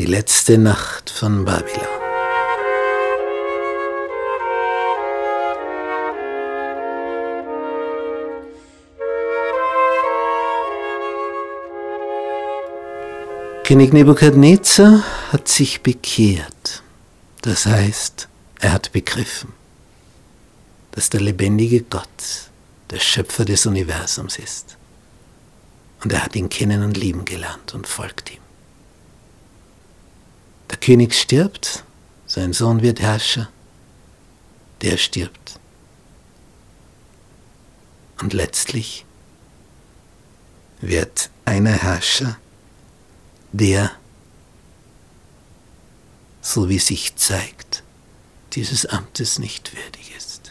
Die letzte Nacht von Babylon. König Nebukadnezar hat sich bekehrt. Das heißt, er hat begriffen, dass der lebendige Gott der Schöpfer des Universums ist. Und er hat ihn kennen und lieben gelernt und folgt ihm. Der König stirbt, sein Sohn wird Herrscher, der stirbt. Und letztlich wird einer Herrscher, der, so wie sich zeigt, dieses Amtes nicht würdig ist.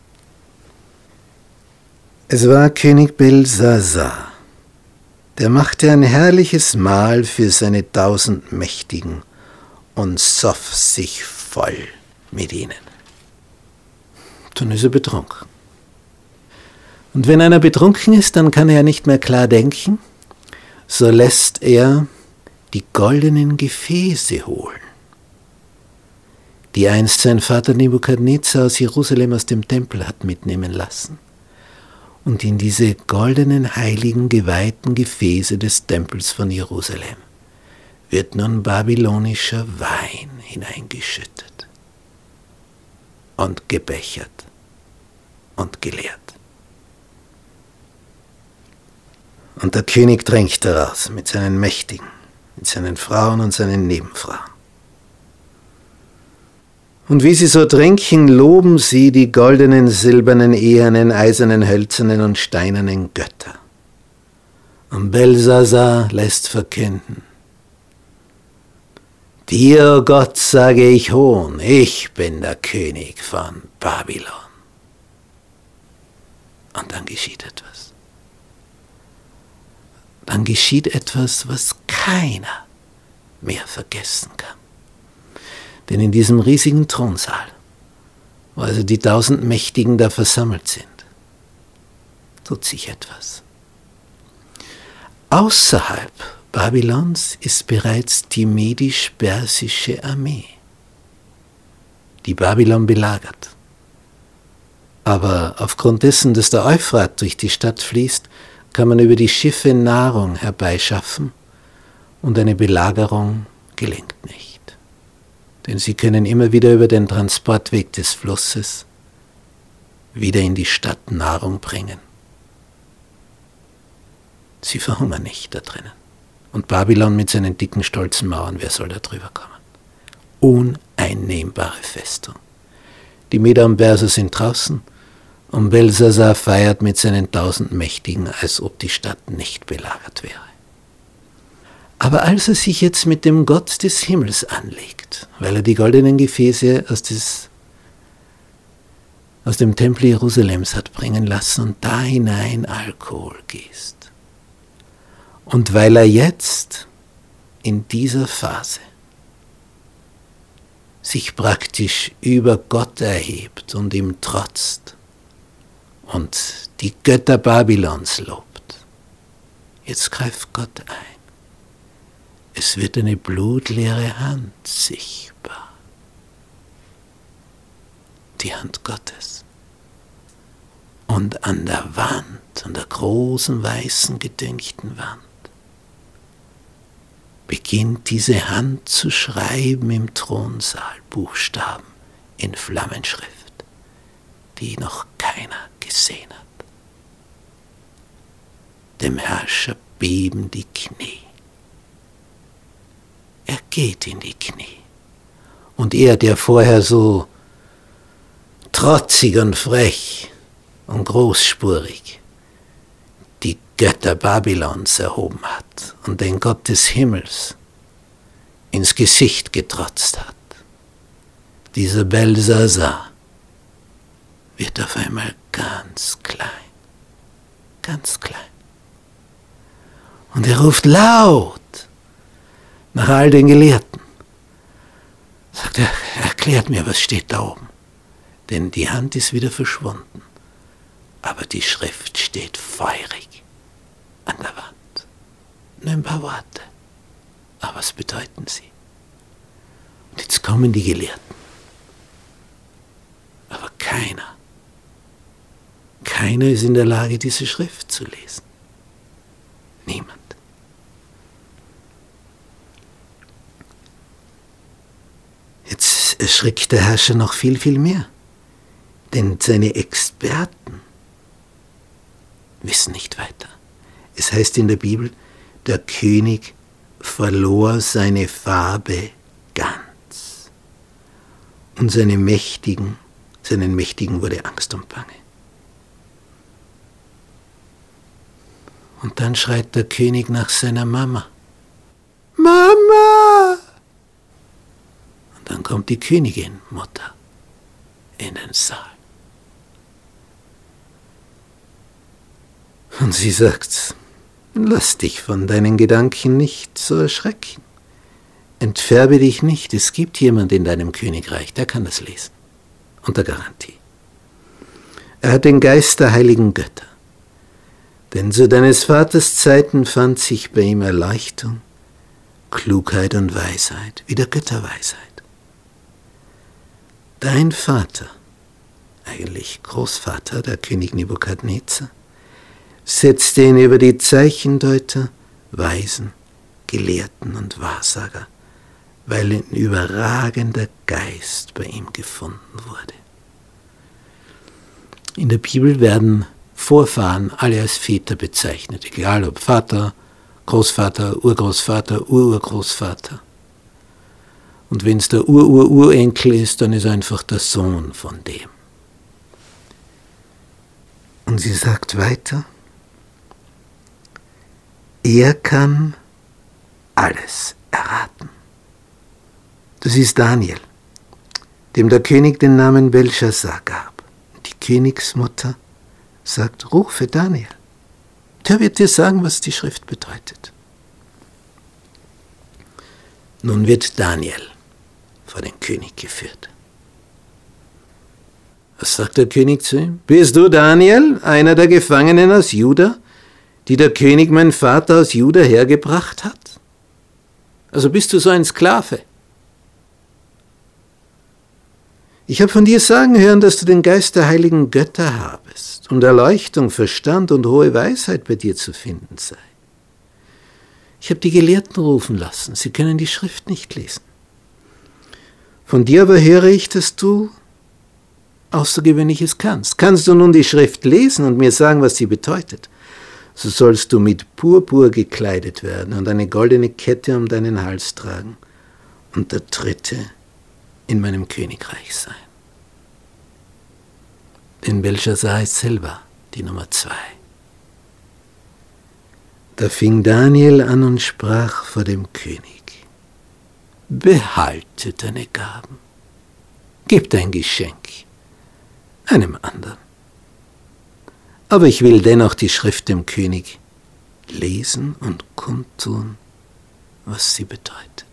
Es war König Belsasar, der machte ein herrliches Mahl für seine 1000 Mächtigen und soff sich voll mit ihnen. Dann ist er betrunken. Und wenn einer betrunken ist, dann kann er nicht mehr klar denken, so lässt er die goldenen Gefäße holen, die einst sein Vater Nebukadnezar aus Jerusalem aus dem Tempel hat mitnehmen lassen. Und in diese goldenen, heiligen, geweihten Gefäße des Tempels von Jerusalem wird nun babylonischer Wein hineingeschüttet und gebechert und geleert. Und der König drängt daraus mit seinen Mächtigen, mit seinen Frauen und seinen Nebenfrauen. Und wie sie so trinken, loben sie die goldenen, silbernen, ehernen, eisernen, hölzernen und steinernen Götter. Und Belsasar lässt verkünden: Dir, Gott, sage ich Hohn, ich bin der König von Babylon. Und dann geschieht etwas. Dann geschieht etwas, was keiner mehr vergessen kann. Denn in diesem riesigen Thronsaal, wo also die 1000 Mächtigen da versammelt sind, tut sich etwas. Außerhalb Babylons ist bereits die medisch-persische Armee, die Babylon belagert. Aber aufgrund dessen, dass der Euphrat durch die Stadt fließt, kann man über die Schiffe Nahrung herbeischaffen und eine Belagerung gelingt nicht. Denn sie können immer wieder über den Transportweg des Flusses wieder in die Stadt Nahrung bringen. Sie verhungern nicht da drinnen. Und Babylon mit seinen dicken, stolzen Mauern, wer soll da drüber kommen? Uneinnehmbare Festung. Die Meder und Perser sind draußen und Belsasar feiert mit seinen 1000 Mächtigen, als ob die Stadt nicht belagert wäre. Aber als er sich jetzt mit dem Gott des Himmels anlegt, weil er die goldenen Gefäße aus dem Tempel Jerusalems hat bringen lassen und da hinein Alkohol gießt, und weil er jetzt in dieser Phase sich praktisch über Gott erhebt und ihm trotzt und die Götter Babylons lobt, jetzt greift Gott ein. Es wird eine blutleere Hand sichtbar. Die Hand Gottes. Und an der Wand, an der großen, weißen, gedünchten Wand, beginnt diese Hand zu schreiben im Thronsaal Buchstaben in Flammenschrift, die noch keiner gesehen hat. Dem Herrscher beben die Knie. Er geht in die Knie. Und er, der vorher so trotzig und frech und großspurig die Götter Babylons erhoben hat und den Gott des Himmels ins Gesicht getrotzt hat, dieser Belsasar wird auf einmal ganz klein, ganz klein. Und er ruft laut nach all den Gelehrten. Sagt er, erklärt mir, was steht da oben. Denn die Hand ist wieder verschwunden. Aber die Schrift steht feurig an der Wand. Nur ein paar Worte. Aber was bedeuten sie? Und jetzt kommen die Gelehrten. Aber keiner ist in der Lage, diese Schrift zu lesen. Niemand. Jetzt erschrickt der Herrscher noch viel, viel mehr. Denn seine Experten wissen nicht weiter. Es heißt in der Bibel, der König verlor seine Farbe ganz. Und seinen Mächtigen wurde Angst und Bange. Und dann schreit der König nach seiner Mama. Mama! Und dann kommt die Königin, Mutter, in den Saal. Und sie sagt, lass dich von deinen Gedanken nicht so erschrecken. Entfärbe dich nicht, es gibt jemand in deinem Königreich, der kann das lesen. Unter Garantie. Er hat den Geist der heiligen Götter. Denn zu deines Vaters Zeiten fand sich bei ihm Erleuchtung, Klugheit und Weisheit, wie der Götterweisheit. Dein Vater, eigentlich Großvater, der König Nebukadnezar, setzte ihn über die Zeichendeuter, Weisen, Gelehrten und Wahrsager, weil ein überragender Geist bei ihm gefunden wurde. In der Bibel werden Vorfahren alle als Väter bezeichnet, egal ob Vater, Großvater, Urgroßvater, Ururgroßvater. Und wenn es der Ururenkel ist, dann ist er einfach der Sohn von dem. Und sie sagt weiter, er kann alles erraten. Das ist Daniel, dem der König den Namen Belshazzar gab. Die Königsmutter sagt, rufe Daniel. Der wird dir sagen, was die Schrift bedeutet. Nun wird Daniel vor den König geführt. Was sagt der König zu ihm? Bist du Daniel, einer der Gefangenen aus Juda, die der König mein Vater aus Juda hergebracht hat? Also bist du so ein Sklave? Ich habe von dir sagen hören, dass du den Geist der heiligen Götter habest und Erleuchtung, Verstand und hohe Weisheit bei dir zu finden sei. Ich habe die Gelehrten rufen lassen, sie können die Schrift nicht lesen. Von dir aber höre ich, dass du Außergewöhnliches kannst. Kannst du nun die Schrift lesen und mir sagen, was sie bedeutet, so sollst du mit Purpur gekleidet werden und eine goldene Kette um deinen Hals tragen und der Dritte in meinem Königreich sein. Denn Belshazzar ist selber die Nummer 2. Da fing Daniel an und sprach vor dem König, behalte deine Gaben, gib dein Geschenk einem anderen. Aber ich will dennoch die Schrift dem König lesen und kundtun, was sie bedeutet.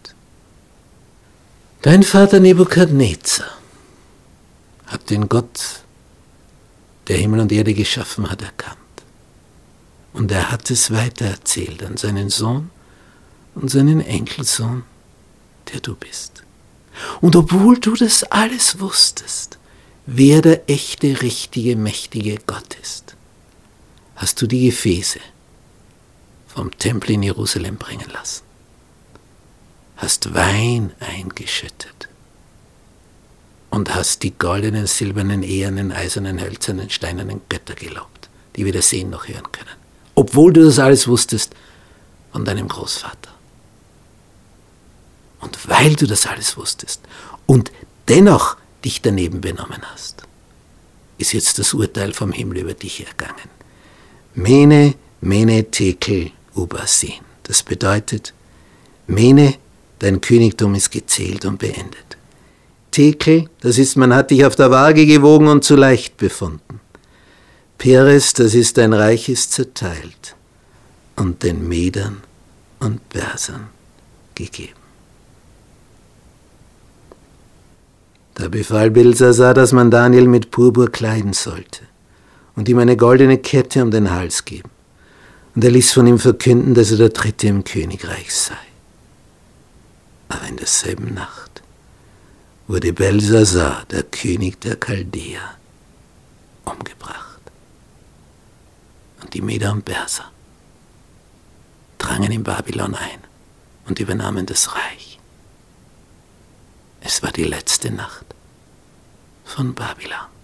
Dein Vater Nebukadnezar hat den Gott, der Himmel und Erde geschaffen hat, erkannt. Und er hat es weitererzählt an seinen Sohn und seinen Enkelsohn, der du bist. Und obwohl du das alles wusstest, wer der echte, richtige, mächtige Gott ist, hast du die Gefäße vom Tempel in Jerusalem bringen lassen. Hast Wein eingeschüttet und hast die goldenen, silbernen, ehernen, eisernen, hölzernen, steinernen Götter gelobt, die weder sehen noch hören können. Obwohl du das alles wusstest von deinem Großvater. Und weil du das alles wusstest und dennoch dich daneben benommen hast, ist jetzt das Urteil vom Himmel über dich ergangen. Mene, Mene, Tekel, Ubasin. Das bedeutet, Mene, dein Königtum ist gezählt und beendet. Tekel, das ist, man hat dich auf der Waage gewogen und zu leicht befunden. Peres, das ist, dein Reich ist zerteilt und den Medern und Persern gegeben. Da befahl Belshazzar, dass man Daniel mit Purpur kleiden sollte und ihm eine goldene Kette um den Hals geben. Und er ließ von ihm verkünden, dass er der Dritte im Königreich sei. Aber in derselben Nacht wurde Belsasar, der König der Chaldäer, umgebracht. Und die Meder und Perser drangen in Babylon ein und übernahmen das Reich. Es war die letzte Nacht von Babylon.